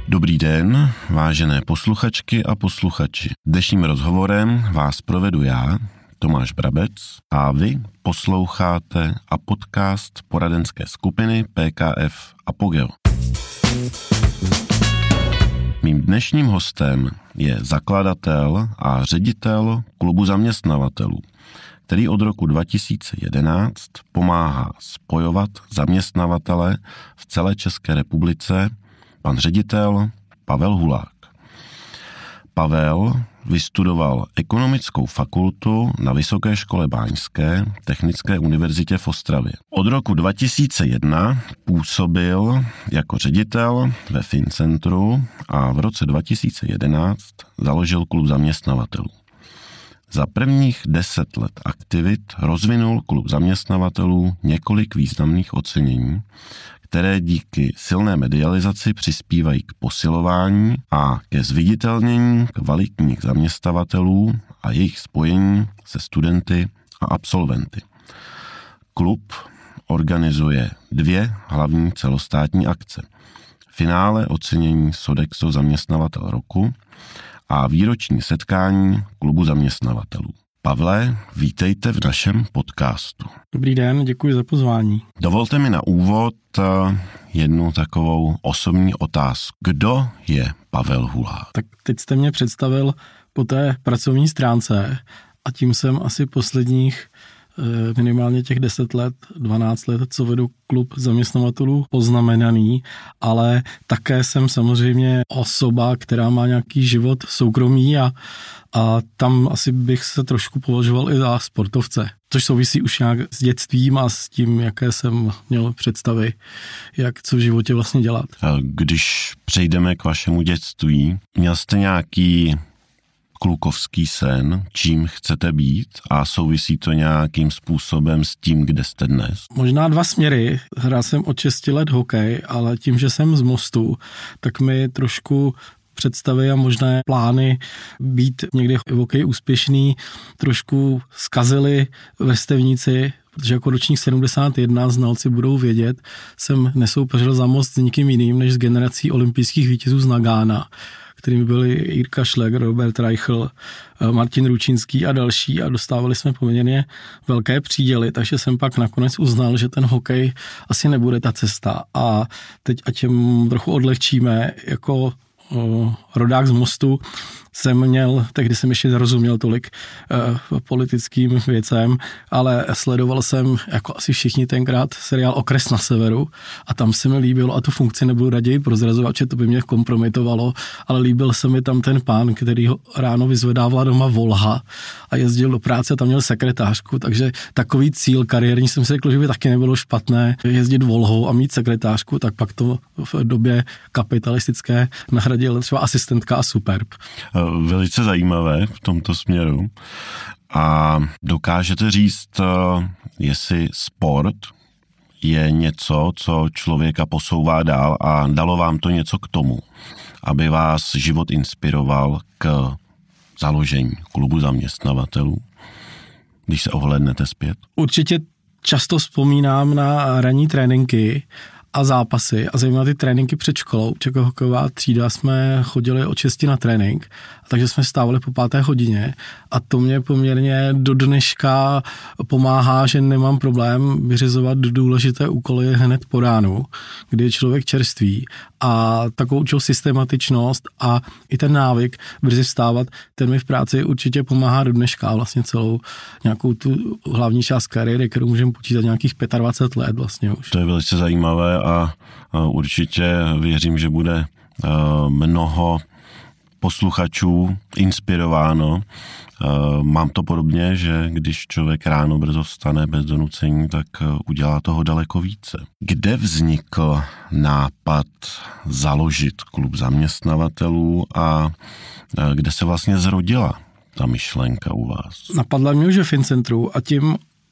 Dobrý den, vážené posluchačky a posluchači. Dnešním rozhovorem vás provedu já, Tomáš Brabec, a vy posloucháte a podcast poradenské skupiny PKF Apogeo. Mým dnešním hostem je zakladatel a ředitel klubu zaměstnavatelů, který od roku 2011 pomáhá spojovat zaměstnavatele v celé České republice, pan ředitel Pavel Hulák. Pavel vystudoval ekonomickou fakultu na Vysoké škole báňské Technické univerzitě v Ostravě. Od roku 2001 působil jako ředitel ve Fincentru a v roce 2011 založil klub zaměstnavatelů. Za prvních 10 let aktivit rozvinul klub zaměstnavatelů několik významných ocenění, které díky silné medializaci přispívají k posilování a ke zviditelnění kvalitních zaměstnavatelů a jejich spojení se studenty a absolventy. Klub organizuje 2 hlavní celostátní akce. Finále ocenění Sodexo zaměstnavatel roku a výroční setkání klubu zaměstnavatelů. Pavle, vítejte v našem podcastu. Dobrý den, děkuji za pozvání. Dovolte mi na úvod jednu takovou osobní otázku. Kdo je Pavel Hulák? Tak teď jste mě představil po té pracovní stránce a tím jsem asi posledních minimálně těch 10 let, 12 let, co vedu klub zaměstnavatelů, poznamenaný, ale také jsem samozřejmě osoba, která má nějaký život soukromý a tam asi bych se trošku považoval i za sportovce, což souvisí už nějak s dětstvím a s tím, jaké jsem měl představy, jak co v životě vlastně dělat. Když přejdeme k vašemu dětství, měl jste nějaký klukovský sen, čím chcete být, a souvisí to nějakým způsobem s tím, kde jste dnes? Možná 2 směry. Hrál jsem od 6 let hokej, ale tím, že jsem z Mostu, tak mi trošku představy a možné plány být někdy v hokeji úspěšný trošku zkazily vrstevníci, protože jako ročník 71, znalci budou vědět, jsem nesoupeřil za Most s nikým jiným než s generací olympijských vítězů z Nagána, kterými byli Jirka Šlegr, Robert Reichl, Martin Ručínský a další, a dostávali jsme poměrně velké příděly, takže jsem pak nakonec uznal, že ten hokej asi nebude ta cesta. A teď, ať trochu odlehčíme, jako rodák z Mostu jsem měl, tehdy jsem ještě nerozuměl tolik politickým věcem, ale sledoval jsem, jako asi všichni tenkrát, seriál Okres na severu a tam se mi líbilo, a tu funkci nebudu raději prozrazovat, že to by mě kompromitovalo, ale líbil se mi tam ten pán, který ho ráno vyzvedávala doma Volha a jezdil do práce a tam měl sekretářku, takže takový cíl kariérní jsem si řekl, že by taky nebylo špatné jezdit Volhou a mít sekretářku, tak pak to v době kapitalistické nahradil třeba asistentka a Superb. Velice zajímavé v tomto směru. A dokážete říct, jestli sport je něco, co člověka posouvá dál, a dalo vám to něco k tomu, aby vás život inspiroval k založení klubu zaměstnavatelů, když se ohlédnete zpět? Určitě často vzpomínám na ranní tréninky a zápasy, a zejména ty tréninky před školou. Hokejová třída jsme chodili od 6 na trénink, takže jsme stávali po 5. hodině a to mě poměrně do dneška pomáhá, že nemám problém vyřizovat důležité úkoly hned po ránu, kdy je člověk čerstvý, a takovou určitou systematičnost a i ten návyk brzy vstávat, ten mi v práci určitě pomáhá do dneška, vlastně celou nějakou tu hlavní část kariéry, kterou můžeme počítat nějakých 25 let vlastně už. To je velice zajímavé a určitě věřím, že bude mnoho posluchačů inspirováno. Mám to podobně, že když člověk ráno brzo vstane bez donucení, tak udělá toho daleko více. Kde vznikl nápad založit klub zaměstnavatelů a kde se vlastně zrodila ta myšlenka u vás? Napadla mě už v Fincentru a tím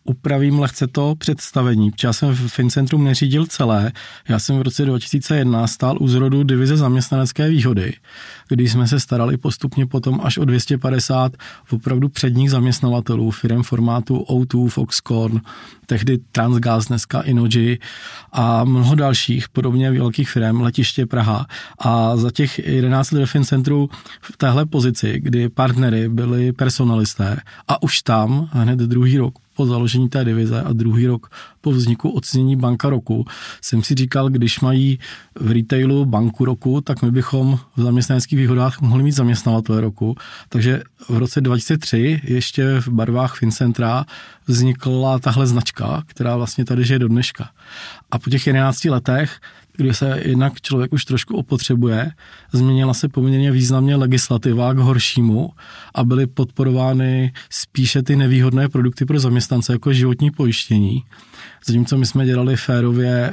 upravím lehce to představení, protože já jsem v Fincentrum neřídil celé, já jsem v roce 2001 stál u zrodu divize zaměstnanecké výhody, kdy jsme se starali postupně potom až o 250 opravdu předních zaměstnavatelů, firem formátu O2, Foxconn, tehdy Transgas, dneska Innogy a mnoho dalších podobně velkých firem, letiště Praha. A za těch 11 let ve Fincentru v téhle pozici, kdy partnery byli personalisté a už tam hned druhý rok po založení té divize a druhý rok po vzniku ocenění banka roku jsem si říkal, když mají v retailu banku roku, tak my bychom v zaměstnaneckých výhodách mohli mít zaměstnavatele roku. Takže v roce 2003 ještě v barvách Fincentra vznikla tahle značka, která vlastně tady žije do dneška. A po těch 11 letech, kdy se jednak člověk už trošku opotřebuje, změnila se poměrně významně legislativa k horšímu a byly podporovány spíše ty nevýhodné produkty pro zaměstnance jako životní pojištění. Zatímco my jsme dělali férově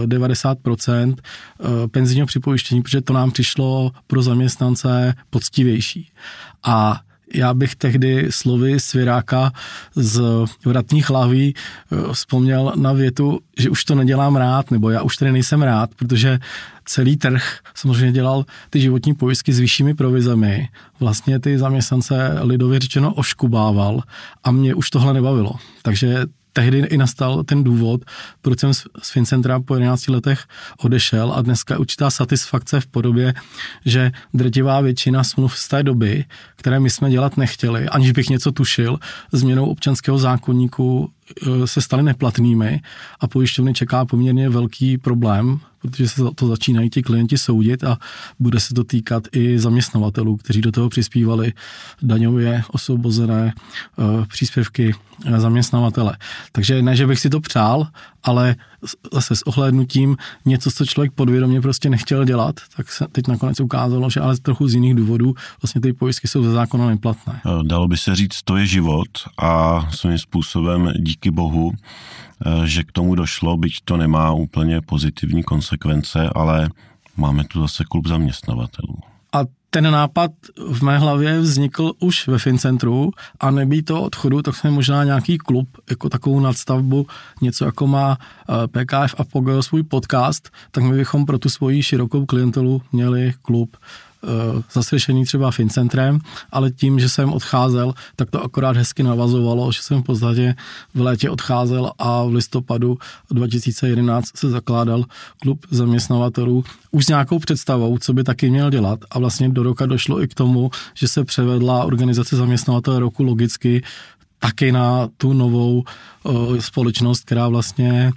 90% penzijního připojištění, protože to nám přišlo pro zaměstnance poctivější. A já bych tehdy slovy Svěráka z Vratných lahví vzpomněl na větu, že už to nedělám rád, nebo já už tady nejsem rád, protože celý trh samozřejmě dělal ty životní pojistky s vyššími provizemi. Vlastně ty zaměstnance lidově řečeno oškubával a mě už tohle nebavilo. Takže tehdy i nastal ten důvod, proč jsem z Fincentra po 11 letech odešel a dneska je určitá satisfakce v podobě, že drtivá většina smluv z té doby, které my jsme dělat nechtěli, aniž bych něco tušil, změnou občanského zákoníku se staly neplatnými a pojišťovny čeká poměrně velký problém, protože se to začínají ti klienti soudit a bude se to týkat i zaměstnavatelů, kteří do toho přispívali daňově osvobozené příspěvky zaměstnavatele. Takže ne, že bych si to přál, ale zase s ohlédnutím něco, co člověk podvědomě prostě nechtěl dělat, tak se teď nakonec ukázalo, že ale trochu z jiných důvodů vlastně ty pojistky jsou ze zákona neplatné. Dalo by se říct, to je život a svým způsobem díky bohu, že k tomu došlo, byť to nemá úplně pozitivní konsekvence, ale máme tu zase klub zaměstnavatelů. A ten nápad v mé hlavě vznikl už ve Fincentru a nebýt to odchodu, tak jsme možná nějaký klub, jako takovou nadstavbu, něco jako má PKF Apogeo svůj podcast, tak my bychom pro tu svoji širokou klientelu měli klub zastřešený třeba Fincentrem, ale tím, že jsem odcházel, tak to akorát hezky navazovalo, že jsem v podstatě v létě odcházel a v listopadu 2011 se zakládal klub zaměstnavatelů už s nějakou představou, co by taky měl dělat a vlastně do roka došlo i k tomu, že se převedla organizace zaměstnavatele roku logicky taky na tu novou společnost, která vlastně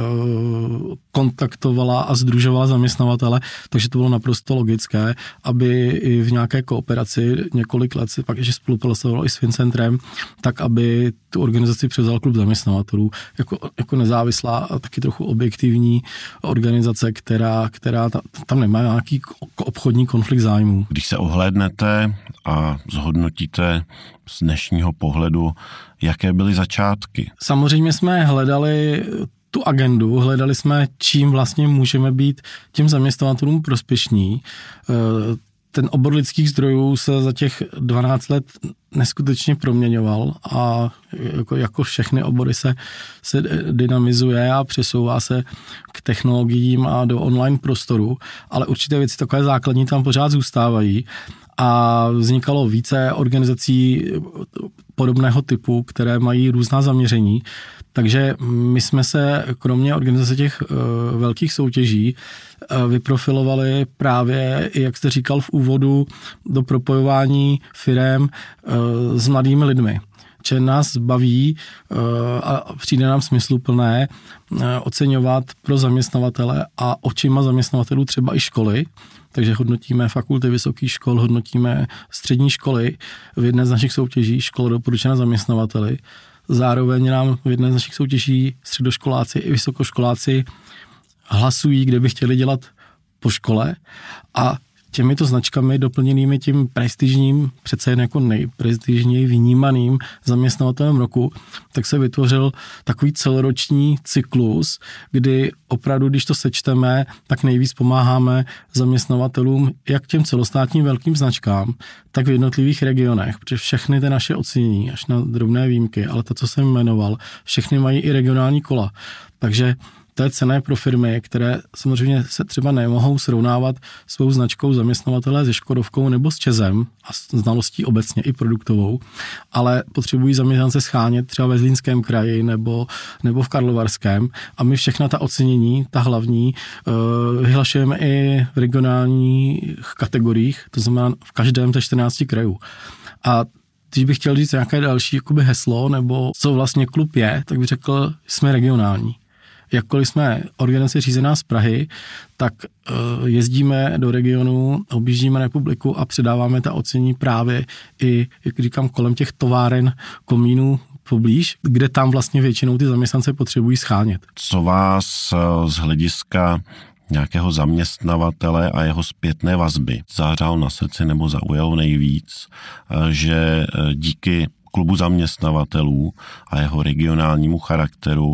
kontaktovala a sdružovala zaměstnavatele, takže to bylo naprosto logické, aby i v nějaké kooperaci několik let se pak ještě spolupracovalo i s Fincentrem, tak aby tu organizaci převzal klub zaměstnavatelů jako nezávislá a taky trochu objektivní organizace, která tam nemá nějaký obchodní konflikt zájmů. Když se ohlédnete a zhodnotíte z dnešního pohledu, jaké byly začátky? Samozřejmě jsme hledali tu agendu, hledali jsme, čím vlastně můžeme být těm zaměstnavatelům prospěšní. Ten obor lidských zdrojů se za těch 12 let neskutečně proměňoval a jako všechny obory se dynamizuje a přesouvá se k technologiím a do online prostoru, ale určité věci takové základní tam pořád zůstávají. A vznikalo více organizací podobného typu, které mají různá zaměření. Takže my jsme se kromě organizace těch velkých soutěží vyprofilovali právě, jak jste říkal v úvodu, do propojování firem s mladými lidmi. Že nás baví a přijde nám smysluplné oceňovat pro zaměstnavatele a očima zaměstnavatelů třeba i školy. Takže hodnotíme fakulty vysokých škol, hodnotíme střední školy. V jedné z našich soutěží škola doporučená zaměstnavateli. Zároveň nám v jedné z našich soutěží středoškoláci i vysokoškoláci hlasují, kde by chtěli dělat po škole. A těmito značkami doplněnými tím prestižním, přece jen jako nejprestižněji vnímaným zaměstnavatelem roku, tak se vytvořil takový celoroční cyklus, kdy opravdu, když to sečteme, tak nejvíc pomáháme zaměstnavatelům jak těm celostátním velkým značkám, tak v jednotlivých regionech, protože všechny ty naše ocenění, až na drobné výjimky, ale to, co jsem jmenoval, všechny mají i regionální kola. Takže to je cenné pro firmy, které samozřejmě se třeba nemohou srovnávat svou značkou zaměstnavatele se Škodovkou nebo s ČEZem a znalostí obecně i produktovou, ale potřebují zaměstnance schánět třeba ve Zlínském kraji nebo v Karlovarském a my všechna ta ocenění, ta hlavní, vyhlašujeme i v regionálních kategoriích, to znamená v každém ze 14 krajů. A když bych chtěl říct nějaké další jakoby heslo nebo co vlastně klub je, tak bych řekl, jsme regionální. Jakkoliv jsme organizace řízená z Prahy, tak jezdíme do regionu, objíždíme republiku a předáváme ta ocenění právě i, jak říkám, kolem těch továren, komínů poblíž, kde tam vlastně většinou ty zaměstnance potřebují schánět. Co vás z hlediska nějakého zaměstnavatele a jeho zpětné vazby zahřál na srdci nebo zaujalo nejvíc, že díky klubu zaměstnavatelů a jeho regionálnímu charakteru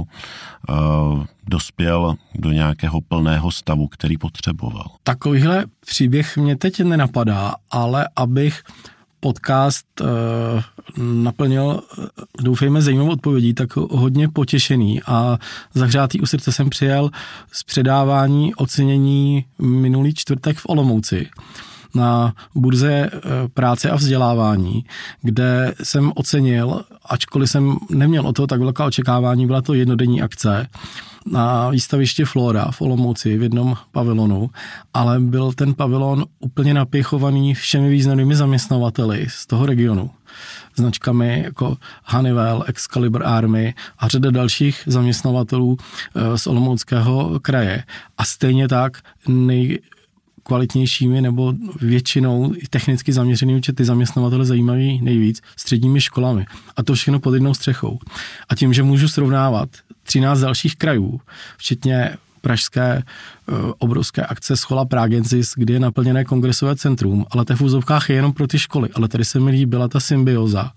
dospěl do nějakého plného stavu, který potřeboval? Takovýhle příběh mě teď nenapadá, ale abych podcast naplnil, doufejme, zajímavou odpovědí, tak hodně potěšený a zahřátý u srdce jsem přijel z předávání ocenění minulý čtvrtek v Olomouci na burze práce a vzdělávání, kde jsem ocenil, ačkoliv jsem neměl o to tak velká očekávání, byla to jednodenní akce na výstavišti Flora v Olomouci v jednom pavilonu, ale byl ten pavilon úplně napěchovaný všemi významnými zaměstnavateli z toho regionu. Značkami jako Honeywell, Excalibur Army a řada dalších zaměstnavatelů z Olomouckého kraje. A stejně tak kvalitnějšími nebo většinou technicky zaměřenými, že ty zaměstnavatele zajímaví nejvíc, středními školami. A to všechno pod jednou střechou. A tím, že můžu srovnávat 13 dalších krajů, včetně pražské obrovské akce Schola Pragensis, kdy je naplněné kongresové centrum, ale to v úzovkách je jenom pro ty školy. Ale tady se mi líbila ta symbioza,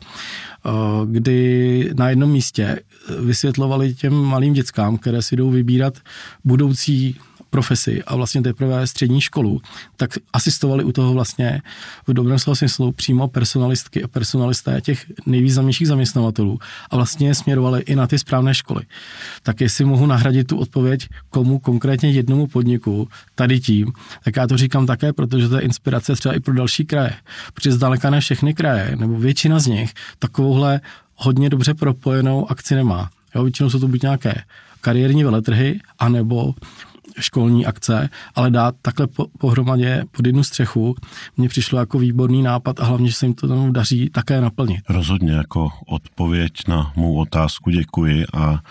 kdy na jednom místě vysvětlovali těm malým dětskám, které si jdou vybírat budoucí profesi a vlastně teprve střední školu, tak asistovali u toho vlastně v dobrém slova smyslu přímo personalistky a personalisté těch nejvýznamnějších zaměstnavatelů a vlastně směrovali i na ty správné školy. Tak jestli mohu nahradit tu odpověď komu konkrétně jednomu podniku tady tím, tak já to říkám také, protože to je inspirace třeba i pro další kraje. Protože zdaleka ne všechny kraje, nebo většina z nich takovouhle hodně dobře propojenou akci nemá. Jo, většinou jsou to buď nějaké kariérní veletrhy, anebo školní akce, ale dát takhle pohromadě pod jednu střechu mně přišlo jako výborný nápad a hlavně, že se jim to tam daří také naplnit. Rozhodně jako odpověď na mou otázku děkuji a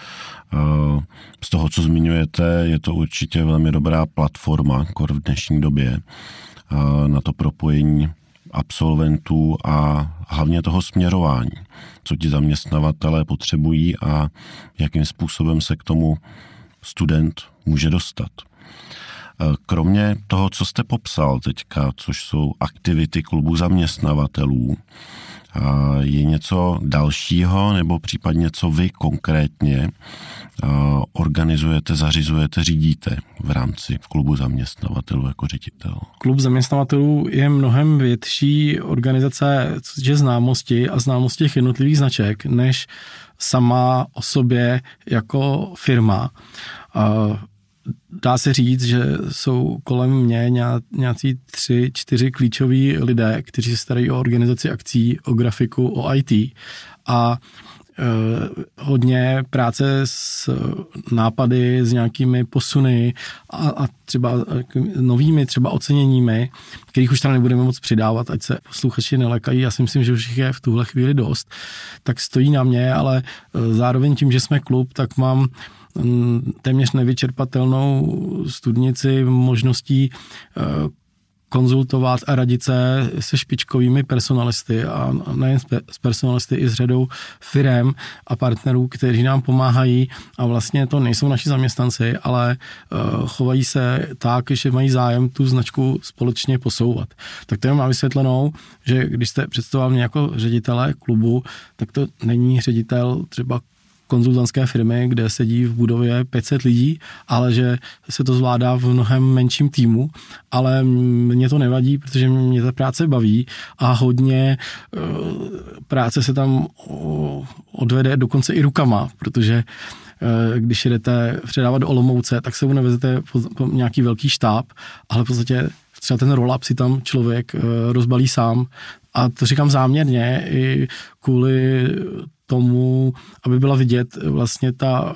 z toho, co zmiňujete, je to určitě velmi dobrá platforma v dnešní době na to propojení absolventů a hlavně toho směrování, co ti zaměstnavatelé potřebují a jakým způsobem se k tomu student může dostat. Kromě toho, co jste popsal teďka, což jsou aktivity klubu zaměstnavatelů, je něco dalšího nebo případně co vy konkrétně organizujete, zařizujete, řídíte v klubu zaměstnavatelů jako ředitel? Klub zaměstnavatelů je mnohem větší organizace, co je známosti a známosti těch jednotlivých značek, než sama o sobě jako firma. Dá se říct, že jsou kolem mě nějací 3-4 klíčoví lidé, kteří se starají o organizaci akcí, o grafiku, o IT a hodně práce s nápady, s nějakými posuny a třeba novými třeba oceněními, kterých už tam nebudeme moc přidávat, ať se posluchači nelekají. Já si myslím, že už jich je v tuhle chvíli dost. Tak stojí na mě, ale zároveň tím, že jsme klub, tak mám téměř nevyčerpatelnou studnici možností konzultovat a radit se špičkovými personalisty a nejen s personalisty, i s řadou firem a partnerů, kteří nám pomáhají a vlastně to nejsou naši zaměstnanci, ale chovají se tak, že mají zájem tu značku společně posouvat. Tak to jenom má vysvětlenou, že když jste představoval mě jako ředitele klubu, tak to není ředitel třeba konzultantské firmy, kde sedí v budově 500 lidí, ale že se to zvládá v mnohem menším týmu, ale mě to nevadí, protože mě ta práce baví a hodně práce se tam odvede dokonce i rukama, protože když jedete předávat do Olomouce, tak se mu nevezete po nějaký velký štáb, ale v podstatě třeba ten roll-up si tam člověk rozbalí sám a to říkám záměrně i kvůli tomu, aby byla vidět vlastně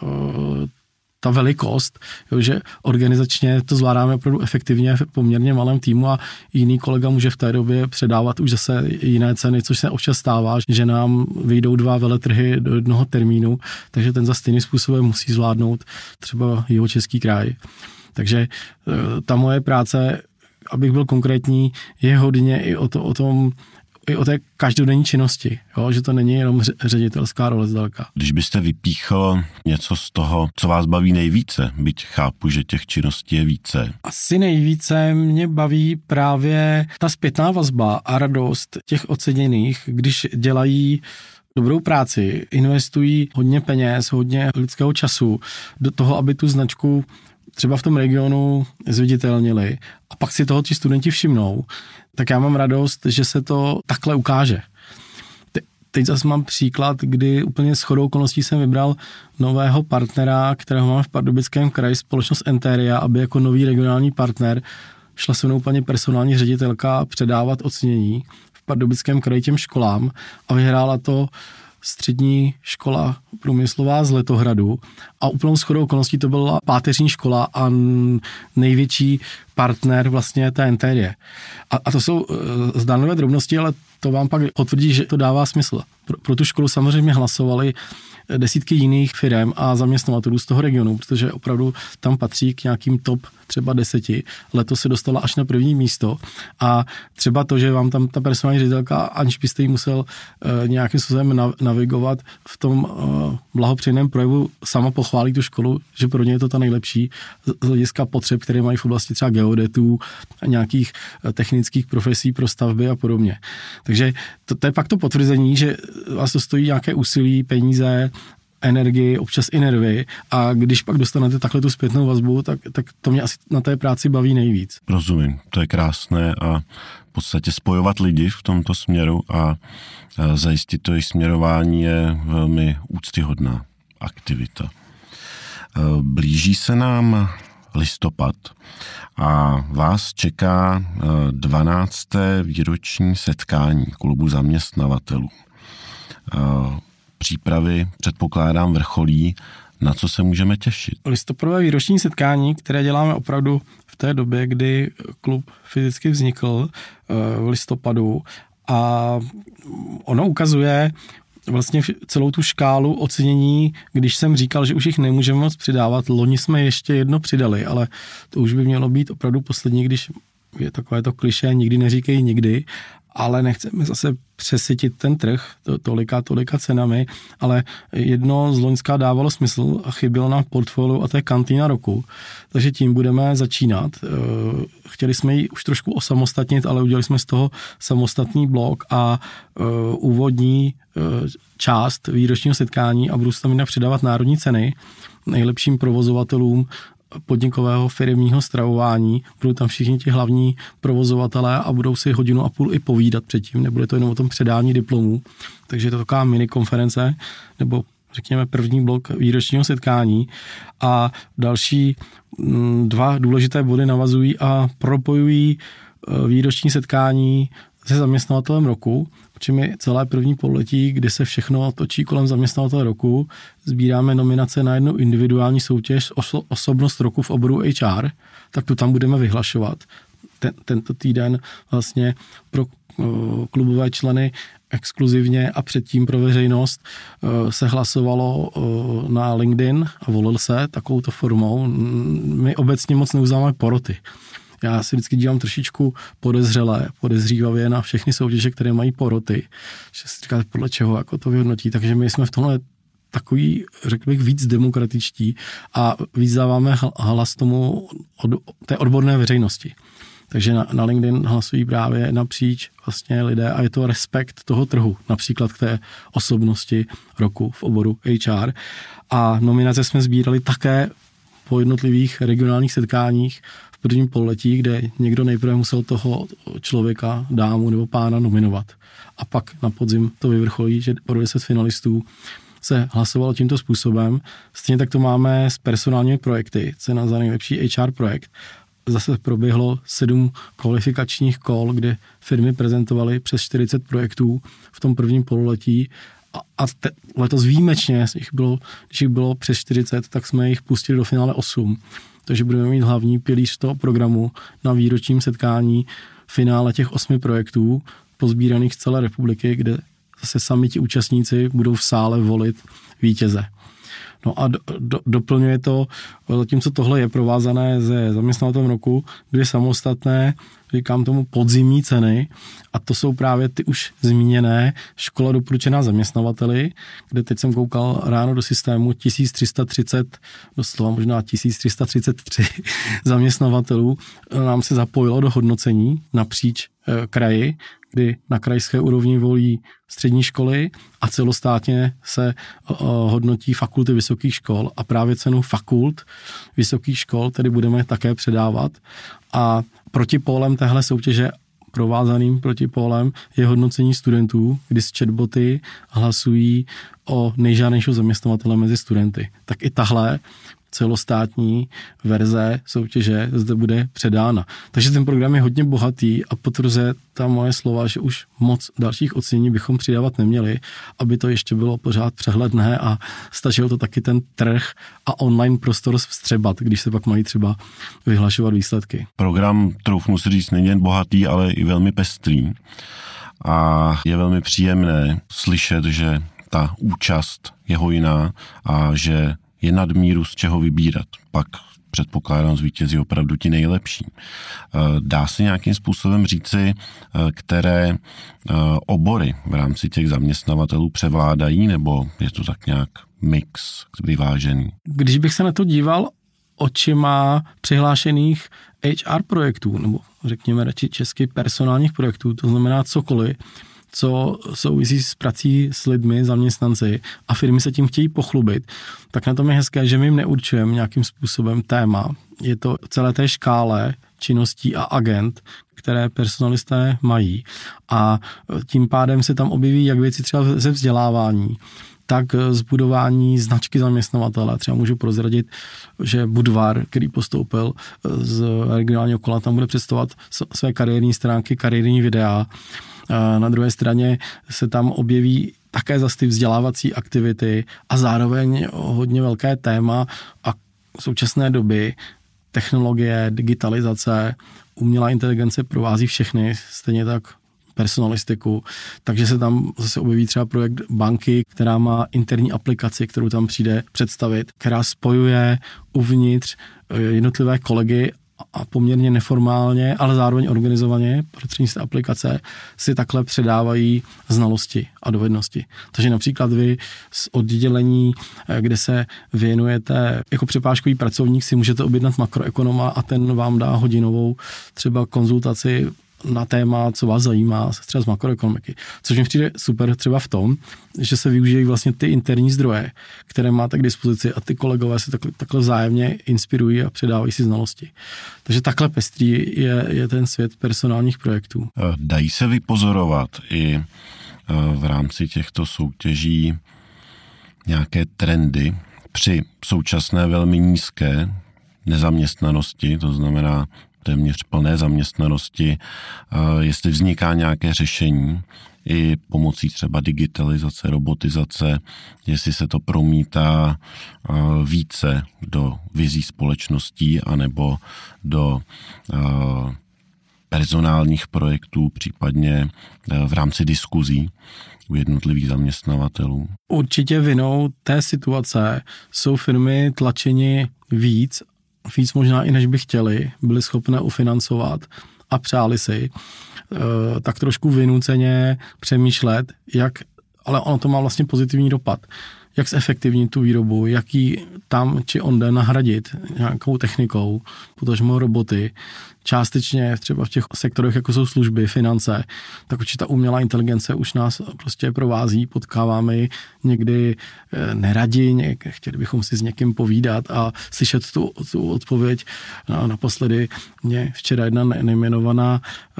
ta velikost, jo, že organizačně to zvládáme opravdu efektivně v poměrně malém týmu a jiný kolega může v té době předávat už zase jiné ceny, což se občas stává, že nám vyjdou 2 veletrhy do jednoho termínu, takže ten za stejným způsobem musí zvládnout třeba Jihočeský kraj. Takže ta moje práce, abych byl konkrétní, je hodně i o té každodenní činnosti, jo? Že to není jenom ředitelská role zdaleka. Když byste vypíchl něco z toho, co vás baví nejvíce, byť chápu, že těch činností je více. Asi nejvíce mě baví právě ta zpětná vazba a radost těch oceněných, když dělají dobrou práci, investují hodně peněz, hodně lidského času do toho, aby tu značku třeba v tom regionu zviditelnili a pak si toho ti studenti všimnou, tak já mám radost, že se to takhle ukáže. Teď zase mám příklad, kdy úplně shodou okolností jsem vybral nového partnera, kterého máme v Pardubickém kraji, společnost Enteria, aby jako nový regionální partner šla se mnou paní personální ředitelka předávat ocenění v Pardubickém kraji těm školám a vyhrála to střední škola průmyslová z Letohradu a úplnou shodou okolností to byla páteřní škola a největší partner vlastně té Enterie. A to jsou zdánlivé drobnosti, ale to vám pak potvrdí, že to dává smysl. Pro tu školu samozřejmě hlasovali desítky jiných firem a zaměstnavatelů z toho regionu, protože opravdu tam patří k nějakým top třeba 10. Letos se dostala až na první místo a třeba to, že vám tam ta personální ředitelka, aniž byste jí musel nějakým způsobem navigovat v tom blahopřejném projevu, sama pochválí tu školu, že pro ně je to ta nejlepší z hlediska potřeb, které mají v oblasti třeba geodetů a nějakých technických profesí pro stavby a podobně. Takže to je pak to potvrzení, že vás to stojí nějaké úsilí, peníze, energii, občas i nervy a když pak dostanete takhle tu zpětnou vazbu, tak to mě asi na té práci baví nejvíc. Rozumím, to je krásné a v podstatě spojovat lidi v tomto směru a zajistit to jejich směrování je velmi úctyhodná aktivita. Blíží se nám listopad a vás čeká 12. výroční setkání klubu zaměstnavatelů. Přípravy, předpokládám, vrcholí. Na co se můžeme těšit? Listopadové výroční setkání, které děláme opravdu v té době, kdy klub fyzicky vznikl v listopadu a ono ukazuje vlastně celou tu škálu ocenění, když jsem říkal, že už jich nemůžeme moc přidávat. Loni jsme ještě jedno přidali, ale to už by mělo být opravdu poslední, když je takové to klišé, nikdy neříkej nikdy, ale nechceme zase přesytit ten trh tolika cenami, ale jedno z loňska dávalo smysl a chybělo nám v portfoliu a to je kantýna roku. Takže tím budeme začínat. Chtěli jsme ji už trošku osamostatnit, ale udělali jsme z toho samostatný blok a úvodní část výročního setkání a budu se tam jinak přidávat národní ceny nejlepším provozovatelům podnikového firemního stravování. Budou tam všichni ti hlavní provozovatelé a budou si 1,5 hodiny i povídat předtím, nebude to jenom o tom předání diplomů. Takže je to taková mini konference, nebo řekněme první blok výročního setkání a další 2 důležité body navazují a propojují výroční setkání se zaměstnavatelem roku, protože my celé první pololetí, kdy se všechno točí kolem zaměstnavatele roku, sbíráme nominace na jednu individuální soutěž osobnost roku v oboru HR, tak to tam budeme vyhlašovat. Tento týden vlastně pro klubové členy exkluzivně a předtím pro veřejnost se hlasovalo na LinkedIn a volil se takovouto formou. My obecně moc neuznáváme poroty. Já si vždycky dívám trošičku podezřívavě na všechny soutěže, které mají poroty. Že si říká, podle čeho jako to vyhodnotí. Takže my jsme v tomhle takový, řekl bych, víc demokratičtí a víc dáváme hlas tomu té odborné veřejnosti. Takže na LinkedIn hlasují právě napříč vlastně lidé a je to respekt toho trhu, například k té osobnosti roku v oboru HR. A nominace jsme sbírali také po jednotlivých regionálních setkáních v prvním pololetí, kde někdo nejprve musel toho člověka, dámu nebo pána nominovat. A pak na podzim to vyvrcholí, že pro 10 finalistů se hlasovalo tímto způsobem. Stejně tak to máme s personálními projekty, cena za nejlepší HR projekt. Zase proběhlo 7 kvalifikačních kol, kde firmy prezentovaly přes 40 projektů v tom prvním pololetí a letos výjimečně, když jich bylo přes 40, tak jsme jich pustili do finále 8. Takže budeme mít hlavní pilíř toho programu na výročním setkání finále těch 8 projektů pozbíraných z celé republiky, kde zase sami ti účastníci budou v sále volit vítěze. No a doplňuje to, zatímco tohle je provázané se zaměstnavatelem roku, 2 samostatné, říkám tomu podzimní ceny, a to jsou právě ty už zmíněné škola doporučená zaměstnavateli, kde teď jsem koukal ráno do systému 1330, doslova možná 1333 zaměstnavatelů nám se zapojilo do hodnocení napříč kraji, kdy na krajské úrovni volí střední školy a celostátně se hodnotí fakulty vysokých škol a právě cenu fakult vysokých škol tedy budeme také předávat. A protipólem téhle soutěže, provázaným protipólem, je hodnocení studentů, kdy z chatboty hlasují o nejžádnějšího zaměstnavatele mezi studenty. Tak i tahle celostátní verze soutěže zde bude předána. Takže ten program je hodně bohatý a potvrzuje ta moje slova, že už moc dalších ocenění bychom přidávat neměli, aby to ještě bylo pořád přehledné a stačil to taky ten trh a online prostor vstřebat, když se pak mají třeba vyhlašovat výsledky. Program, troufnu si říct, není jen bohatý, ale i velmi pestrý a je velmi příjemné slyšet, že ta účast je hojná a že je nadmíru z čeho vybírat. Pak předpokládám zvítězí opravdu ti nejlepší. Dá se nějakým způsobem říci, které obory v rámci těch zaměstnavatelů převládají, nebo je to tak nějak mix vyvážený? Když bych se na to díval očima přihlášených HR projektů, nebo řekněme radši česky personálních projektů, to znamená cokoliv, co souvisí s prací s lidmi, zaměstnanci a firmy se tím chtějí pochlubit, tak na tom je hezké, že my jim neurčujeme nějakým způsobem téma. Je to celé té škále činností a agent, které personalisté mají. A tím pádem se tam objeví jak věci třeba ze vzdělávání, tak zbudování značky zaměstnavatele. Třeba můžu prozradit, že Budvar, který postoupil z regionálního kola, tam bude představovat své kariérní stránky, kariérní videa. Na druhé straně se tam objeví také zase ty vzdělávací aktivity a zároveň hodně velké téma a v současné doby technologie, digitalizace, umělá inteligence provází všechny, stejně tak personalistiku, takže se tam zase objeví třeba projekt banky, která má interní aplikaci, kterou tam přijde představit, která spojuje uvnitř jednotlivé kolegy a poměrně neformálně, ale zároveň organizovaně prostřednictvím aplikace si takhle předávají znalosti a dovednosti. Takže například vy z oddělení, kde se věnujete jako přepážkový pracovník, si můžete objednat makroekonoma a ten vám dá hodinovou třeba konzultaci na téma, co vás zajímá, třeba z makroekonomiky. Což mi přijde super třeba v tom, že se využijí vlastně ty interní zdroje, které máte k dispozici a ty kolegové se takhle vzájemně inspirují a předávají si znalosti. Takže takhle pestrý je ten svět personálních projektů. Dají se vypozorovat i v rámci těchto soutěží nějaké trendy při současné velmi nízké nezaměstnanosti, to znamená téměř plné zaměstnanosti, jestli vzniká nějaké řešení i pomocí třeba digitalizace, robotizace, jestli se to promítá více do vizí společností anebo do personálních projektů, případně v rámci diskuzí u jednotlivých zaměstnavatelů. Určitě vinou té situace jsou firmy tlačeni víc víc možná i než by chtěli, byli schopné ufinancovat a přáli si, tak trošku vynuceně přemýšlet, ale ono to má vlastně pozitivní dopad. Jak zefektivnit tu výrobu, jak ji tam či onde nahradit nějakou technikou, potažmo roboty. Částečně třeba v těch sektorech, jako jsou služby, finance, tak určitá umělá inteligence už nás prostě provází, potkáváme ji někdy neradi, chtěli bychom si s někým povídat a slyšet tu odpověď. Naposledy mě včera jedna nejmenovaná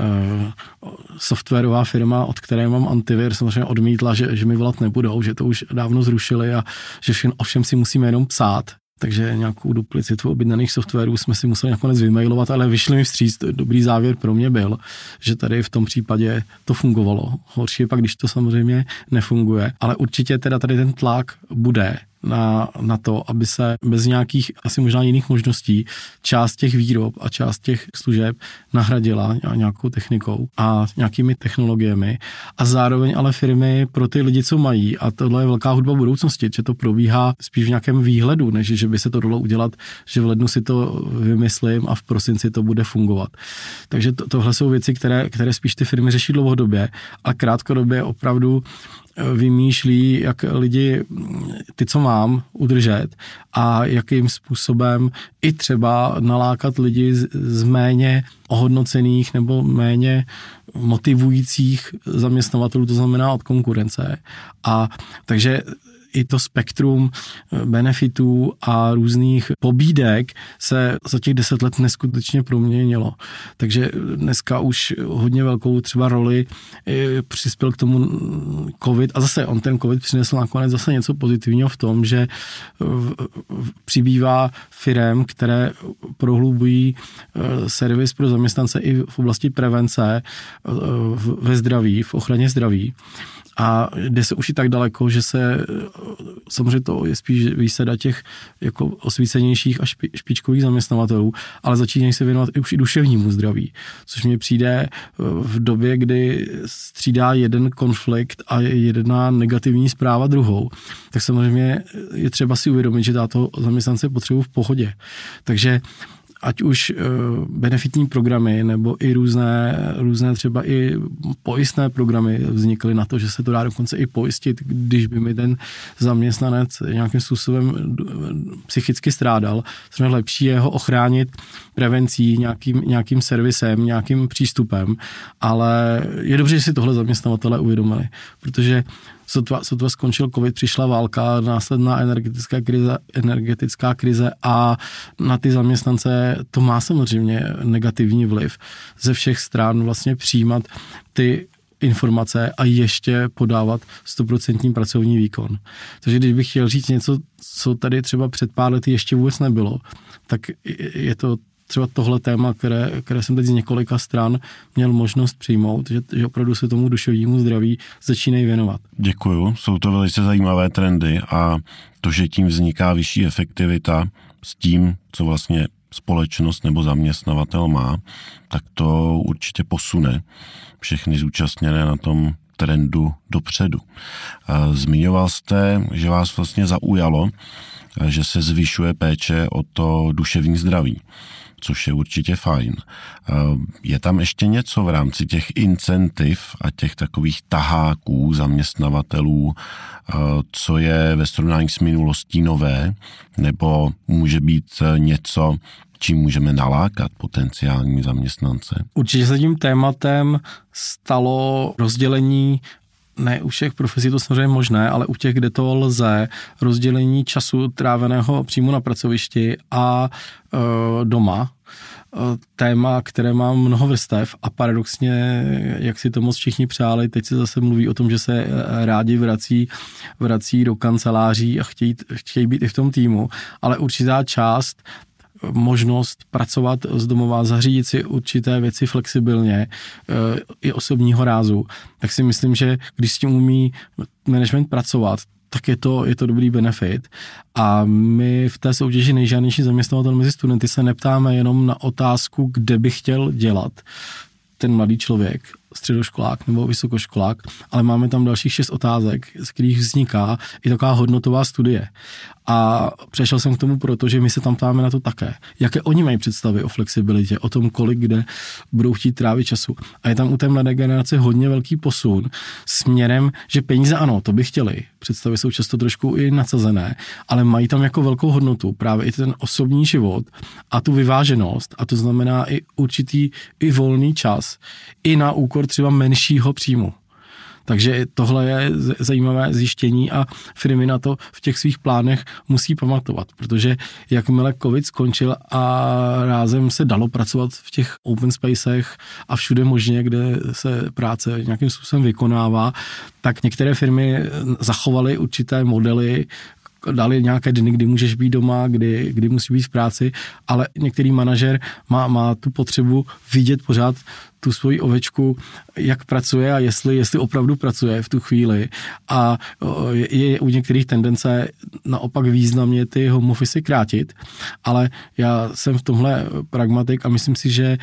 softwarová firma, od které mám antivir, samozřejmě odmítla, že mi volat nebudou, že to už dávno zrušili a že ovšem si musíme jenom psát. Takže nějakou duplicitu objednaných softwarů jsme si museli nakonec vymailovat, ale vyšli mi vstříc. Dobrý závěr pro mě byl, že tady v tom případě to fungovalo. Horší je pak, když to samozřejmě nefunguje. Ale určitě teda tady ten tlak bude na to, aby se bez nějakých asi možná jiných možností část těch výrob a část těch služeb nahradila nějakou technikou a nějakými technologiemi a zároveň ale firmy pro ty lidi, co mají, a tohle je velká hudba budoucnosti, že to probíhá spíš v nějakém výhledu, než že by se to dalo udělat, že v lednu si to vymyslím a v prosinci to bude fungovat. Takže tohle jsou věci, které spíš ty firmy řeší dlouhodobě a krátkodobě opravdu vymýšlí, jak lidi, ty, co mám, udržet a jakým způsobem i třeba nalákat lidi z méně ohodnocených nebo méně motivujících zaměstnavatelů, to znamená od konkurence. A takže i to spektrum benefitů a různých pobídek se za těch 10 let neskutečně proměnilo. Takže dneska už hodně velkou třeba roli přispěl k tomu COVID a zase ten COVID přinesl nakonec zase něco pozitivního v tom, že přibývá firem, které prohlubují servis pro zaměstnance i v oblasti prevence ve zdraví, v ochraně zdraví. A jde se už i tak daleko, že se, samozřejmě to je spíš výsada těch jako osvícenějších a špičkových zaměstnavatelů, ale začínají se věnovat už i duševnímu zdraví, což mně přijde v době, kdy střídá jeden konflikt a jedna negativní zpráva druhou, tak samozřejmě je třeba si uvědomit, že tato zaměstnance potřebují v pohodě. Takže ať už benefitní programy nebo i různé třeba i pojistné programy vznikly na to, že se to dá dokonce i pojistit, když by mi ten zaměstnanec nějakým způsobem psychicky strádal. Což je lepší je ho ochránit prevencí, nějakým servisem, nějakým přístupem, ale je dobře, že si tohle zaměstnavatelé uvědomili, protože sotva skončil COVID, přišla válka, následná energetická krize a na ty zaměstnance to má samozřejmě negativní vliv. Ze všech stran vlastně přijímat ty informace a ještě podávat 100% pracovní výkon. Takže když bych chtěl říct něco, co tady třeba před pár lety ještě vůbec nebylo, tak je to třeba tohle téma, které jsem teď z několika stran měl možnost přijmout, že opravdu se tomu duševnímu zdraví začínají věnovat. Děkuju, jsou to velice zajímavé trendy a to, že tím vzniká vyšší efektivita s tím, co vlastně společnost nebo zaměstnavatel má, tak to určitě posune všechny zúčastněné na tom trendu dopředu. Zmiňoval jste, že vás vlastně zaujalo, že se zvyšuje péče o to duševní zdraví, což je určitě fajn. Je tam ještě něco v rámci těch incentiv a těch takových taháků zaměstnavatelů, co je ve srovnání s minulostí nové, nebo může být něco, čím můžeme nalákat potenciální zaměstnance? Určitě se tím tématem stalo rozdělení, ne u všech profesí to samozřejmě možné, ale u těch, kde to lze, rozdělení času tráveného přímo na pracovišti a doma. Téma, které má mnoho vrstev a paradoxně, jak si to moc všichni přáli, teď se zase mluví o tom, že se rádi vrací do kanceláří a chtějí být i v tom týmu, ale určitá část, možnost pracovat z domova, zařídit si určité věci flexibilně i osobního rázu, tak si myslím, že když s tím umí management pracovat, tak je to dobrý benefit. A my v té soutěži Nejžádnější zaměstnavatel mezi studenty se neptáme jenom na otázku, kde by chtěl dělat ten mladý člověk středoškolák nebo vysokoškolák, ale máme tam dalších 6 otázek, z kterých vzniká i taková hodnotová studie. A přešel jsem k tomu proto, že my se tam ptáme na to také. Jaké oni mají představy o flexibilitě, o tom, kolik kde budou chtít trávit času. A je tam u té mladé generace hodně velký posun směrem, že peníze ano, to by chtěli. Představy jsou často trošku i nadsazené, ale mají tam jako velkou hodnotu právě i ten osobní život a tu vyváženost. A to znamená i určitý i volný čas, i na úkor třeba menšího příjmu. Takže tohle je zajímavé zjištění a firmy na to v těch svých plánech musí pamatovat, protože jakmile covid skončil a rázem se dalo pracovat v těch open spacech a všude možně, kde se práce nějakým způsobem vykonává, tak některé firmy zachovaly určité modely, dali nějaké dny, kdy můžeš být doma, kdy musí být v práci, ale některý manažer má tu potřebu vidět pořád tu svoji ovečku, jak pracuje a jestli opravdu pracuje v tu chvíli. A je u některých tendence naopak významně ty home office krátit, ale já jsem v tomhle pragmatik a myslím si, že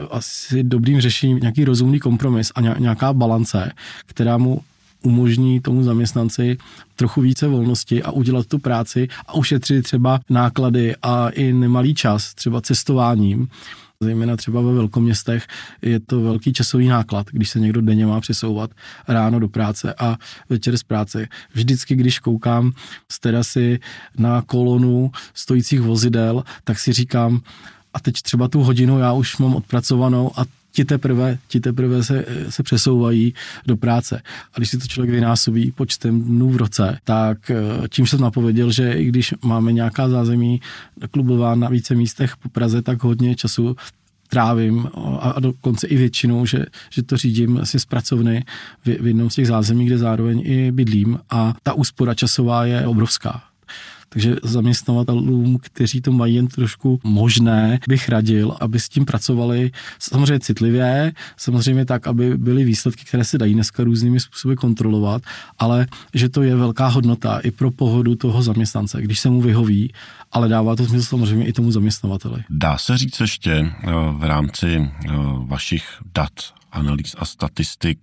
asi dobrým řešením nějaký rozumný kompromis a nějaká balance, která mu umožní tomu zaměstnanci trochu více volnosti a udělat tu práci a ušetřit třeba náklady a i nemalý čas, třeba cestováním. Zejména třeba ve velkoměstech je to velký časový náklad, když se někdo denně má přesouvat ráno do práce a večer z práce. Vždycky, když koukám z terasy na kolonu stojících vozidel, tak si říkám, a teď třeba tu hodinu já už mám odpracovanou a ti teprve se přesouvají do práce. A když si to člověk vynásobí počtem dnů v roce, tak čím jsem napověděl, že i když máme nějaká zázemí klubová na více místech po Praze, tak hodně času trávím a dokonce i většinou, že to řídím asi z pracovny v jednom z těch zázemí, kde zároveň i bydlím a ta úspora časová je obrovská. Takže zaměstnavatelům, kteří to mají jen trošku možné, bych radil, aby s tím pracovali samozřejmě citlivě, samozřejmě tak, aby byly výsledky, které se dají dneska různými způsoby kontrolovat, ale že to je velká hodnota i pro pohodu toho zaměstnance, když se mu vyhoví, ale dává to smysl samozřejmě i tomu zaměstnavateli. Dá se říct ještě v rámci vašich dat, analýz a statistik,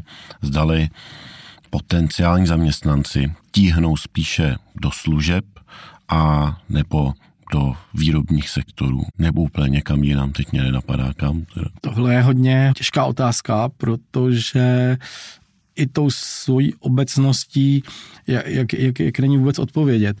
zdali potenciální zaměstnanci tíhnou spíše do služeb a nebo do výrobních sektorů, nebo úplně někam jinam, teď mě nenapadá kam. Tohle je hodně těžká otázka, protože i tou svojí obecností, jak není vůbec odpovědět.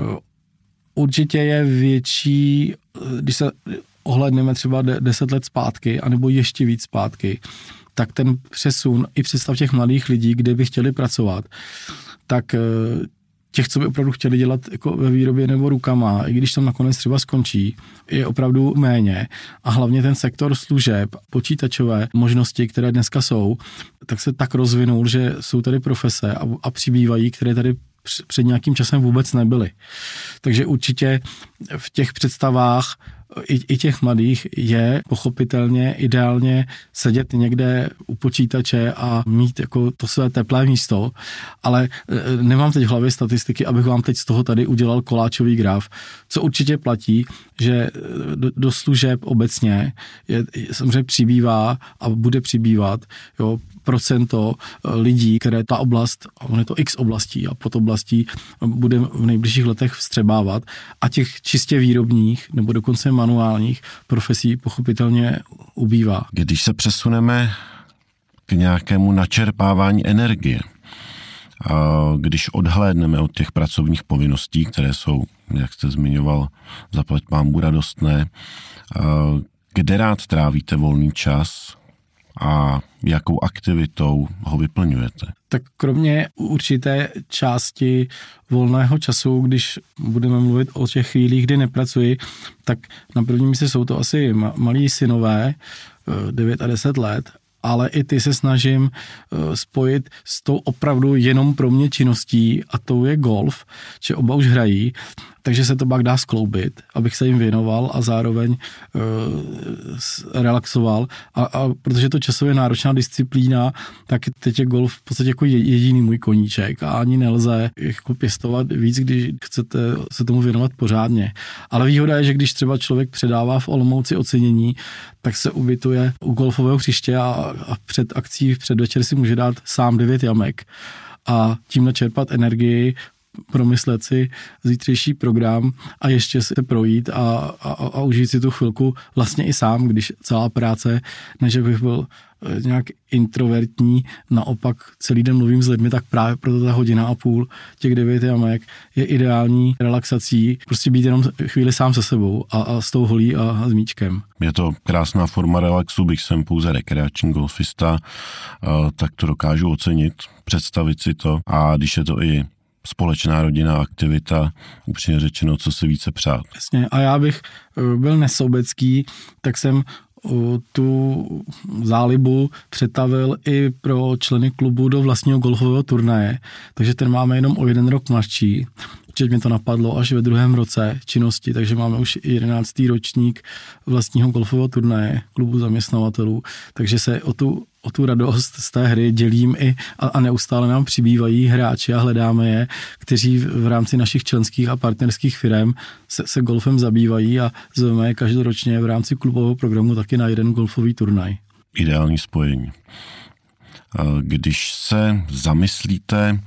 Určitě je větší, když se ohlédneme třeba 10 let zpátky, anebo ještě víc zpátky, tak ten přesun i představ těch mladých lidí, kde by chtěli pracovat, tak těch, co by opravdu chtěli dělat jako ve výrobě nebo rukama, i když tam nakonec třeba skončí, je opravdu méně. A hlavně ten sektor služeb, počítačové možnosti, které dneska jsou, tak se tak rozvinul, že jsou tady profese a přibývají, které tady před nějakým časem vůbec nebyly. Takže určitě v těch představách i těch mladých je pochopitelně ideálně sedět někde u počítače a mít jako to své teplé místo, ale nemám teď v hlavě statistiky, abych vám teď z toho tady udělal koláčový graf. Co určitě platí, že do služeb obecně samozřejmě přibývá a bude přibývat procento lidí, které ta oblast, ono je to x oblastí a pod oblastí bude v nejbližších letech vstřebávat a těch čistě výrobních nebo dokonce manuálních profesí pochopitelně ubývá. Když se přesuneme k nějakému načerpávání energie, když odhlédneme od těch pracovních povinností, které jsou, jak jste zmiňoval, zaplať pánbůh radostné, kde rád trávíte volný čas a jakou aktivitou ho vyplňujete? Tak kromě určité části volného času, když budeme mluvit o těch chvílích, kdy nepracuji, tak na prvním místě jsou to asi malí synové, 9 a 10 let, ale i ty se snažím spojit s tou opravdu jenom pro mě činností a tou je golf, že oba už hrají, takže se to pak dá skloubit, abych se jim věnoval a zároveň relaxoval. A protože je to časově náročná disciplína, tak teď je golf v podstatě jako jediný můj koníček a ani nelze jako pěstovat víc, když chcete se tomu věnovat pořádně. Ale výhoda je, že když třeba člověk předává v Olomouci ocenění, tak se ubytuje u golfového hřiště a před akcí v předvečer si může dát sám 9 jamek a tím načerpat energii, promyslet si zítřejší program a ještě se projít a užít si tu chvilku vlastně i sám, když celá práce, než bych byl nějak introvertní, naopak celý den mluvím s lidmi, tak právě proto ta 1,5 hodiny, těch 9 jamek je ideální relaxací, prostě být jenom chvíli sám se sebou a s tou holí a s míčkem. Je to krásná forma relaxu, byť jsem pouze rekreační golfista, tak to dokážu ocenit, představit si to a když je to i společná rodinná aktivita, upřímně řečeno, co si více přát. Jasně, a já bych byl nesobecký, tak jsem tu zálibu přetavil i pro členy klubu do vlastního golfového turnaje, takže ten máme jenom o 1 rok mladší. Určitě mě to napadlo až ve 2. roce činnosti, takže máme už 11. ročník vlastního golfového turnaje klubu zaměstnavatelů, takže se o tu radost z té hry dělím i a neustále nám přibývají hráči a hledáme je, kteří v rámci našich členských a partnerských firem se golfem zabývají a zveme je každoročně v rámci klubového programu taky na 1 golfový turnaj. Ideální spojení. Když se zamyslíte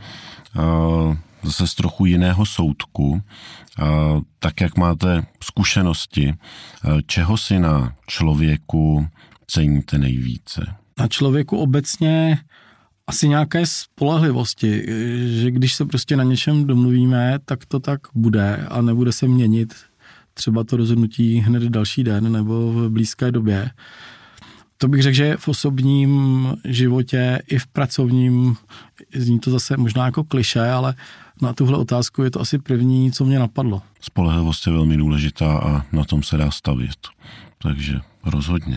zase z trochu jiného soudku, tak jak máte zkušenosti, čeho si na člověku ceníte nejvíce? Na člověku obecně asi nějaké spolehlivosti, že když se prostě na něčem domluvíme, tak to tak bude a nebude se měnit třeba to rozhodnutí hned další den nebo v blízké době. To bych řekl, že v osobním životě i v pracovním, zní to zase možná jako klišé, ale na tuhle otázku je to asi první, co mě napadlo. Spolehlivost je velmi důležitá a na tom se dá stavět, takže rozhodně.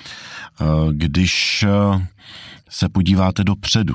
Když se podíváte dopředu,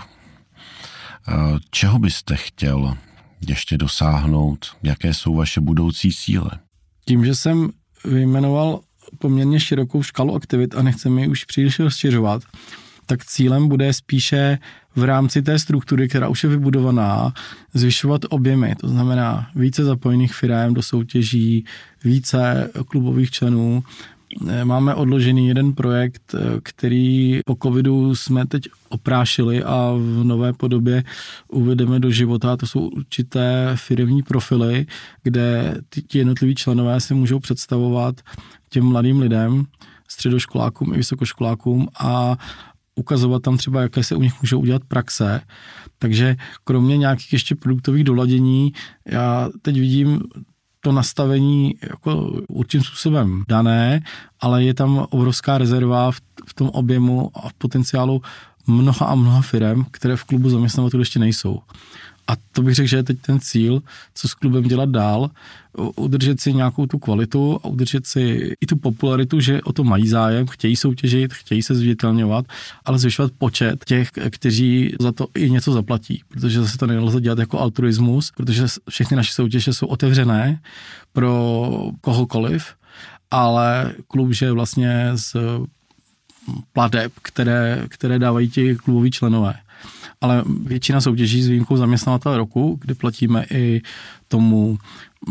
čeho byste chtěl ještě dosáhnout, jaké jsou vaše budoucí cíle? Tím, že jsem vyjmenoval poměrně širokou škálu aktivit a nechceme ji už příliš rozšiřovat, tak cílem bude spíše v rámci té struktury, která už je vybudovaná, zvyšovat objemy. To znamená více zapojených firem do soutěží, více klubových členů. Máme odložený jeden projekt, který po covidu jsme teď oprášili a v nové podobě uvedeme do života. To jsou určité firemní profily, kde ti jednotliví členové se můžou představovat těm mladým lidem, středoškolákům i vysokoškolákům a ukazovat tam třeba, jaké se u nich můžou udělat praxe. Takže kromě nějakých ještě produktových doladění, já teď vidím to nastavení jako určitým způsobem dané, ale je tam obrovská rezerva v tom objemu a v potenciálu mnoha a mnoha firem, které v klubu zaměstnavatelů ještě nejsou. A to bych řekl, že je teď ten cíl, co s klubem dělat dál, udržet si nějakou tu kvalitu a udržet si i tu popularitu, že o to mají zájem, chtějí soutěžit, chtějí se zviditelňovat, ale zvyšovat počet těch, kteří za to i něco zaplatí, protože zase to nelze dělat jako altruismus, protože všechny naše soutěže jsou otevřené pro kohokoliv, ale klub je vlastně z plateb, které dávají ti kluboví členové. Ale většina soutěží s výjimkou zaměstnavatele roku, kde platíme i tomu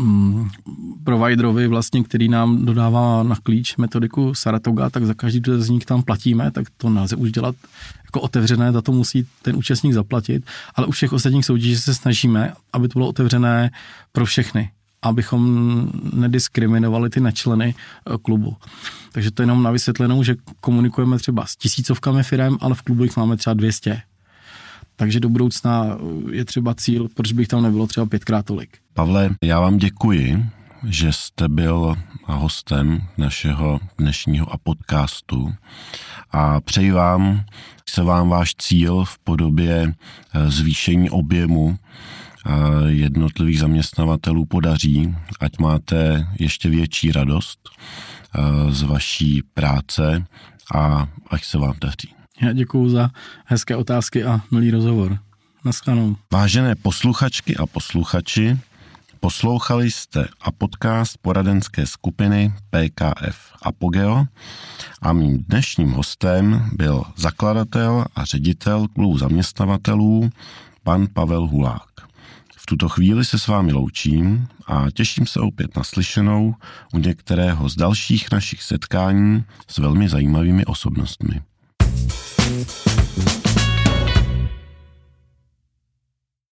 providerovi vlastně, který nám dodává na klíč metodiku Saratoga, tak za každý dotazník tam platíme, tak to nelze už dělat jako otevřené, za to musí ten účastník zaplatit, ale u všech ostatních soutěží se snažíme, aby to bylo otevřené pro všechny, abychom nediskriminovali ty nečleny klubu. Takže to je jenom na vysvětlenou, že komunikujeme třeba s tisícovkami firem, ale v klubu jich máme třeba 200. Takže do budoucna je třeba cíl, proč bych tam nebylo třeba 5krát tolik. Pavle, já vám děkuji, že jste byl hostem našeho dnešního podcastu a přeji vám, se vám váš cíl v podobě zvýšení objemu jednotlivých zaměstnavatelů podaří, ať máte ještě větší radost z vaší práce a ať se vám daří. Já děkuju za hezké otázky a milý rozhovor. Naschledanou. Vážené posluchačky a posluchači, Poslouchali jste a podcast poradenské skupiny PKF Apogeo a mým dnešním hostem byl zakladatel a ředitel klubu zaměstnavatelů pan Pavel Hulák. V tuto chvíli se s vámi loučím a těším se opět na slyšenou u některého z dalších našich setkání s velmi zajímavými osobnostmi.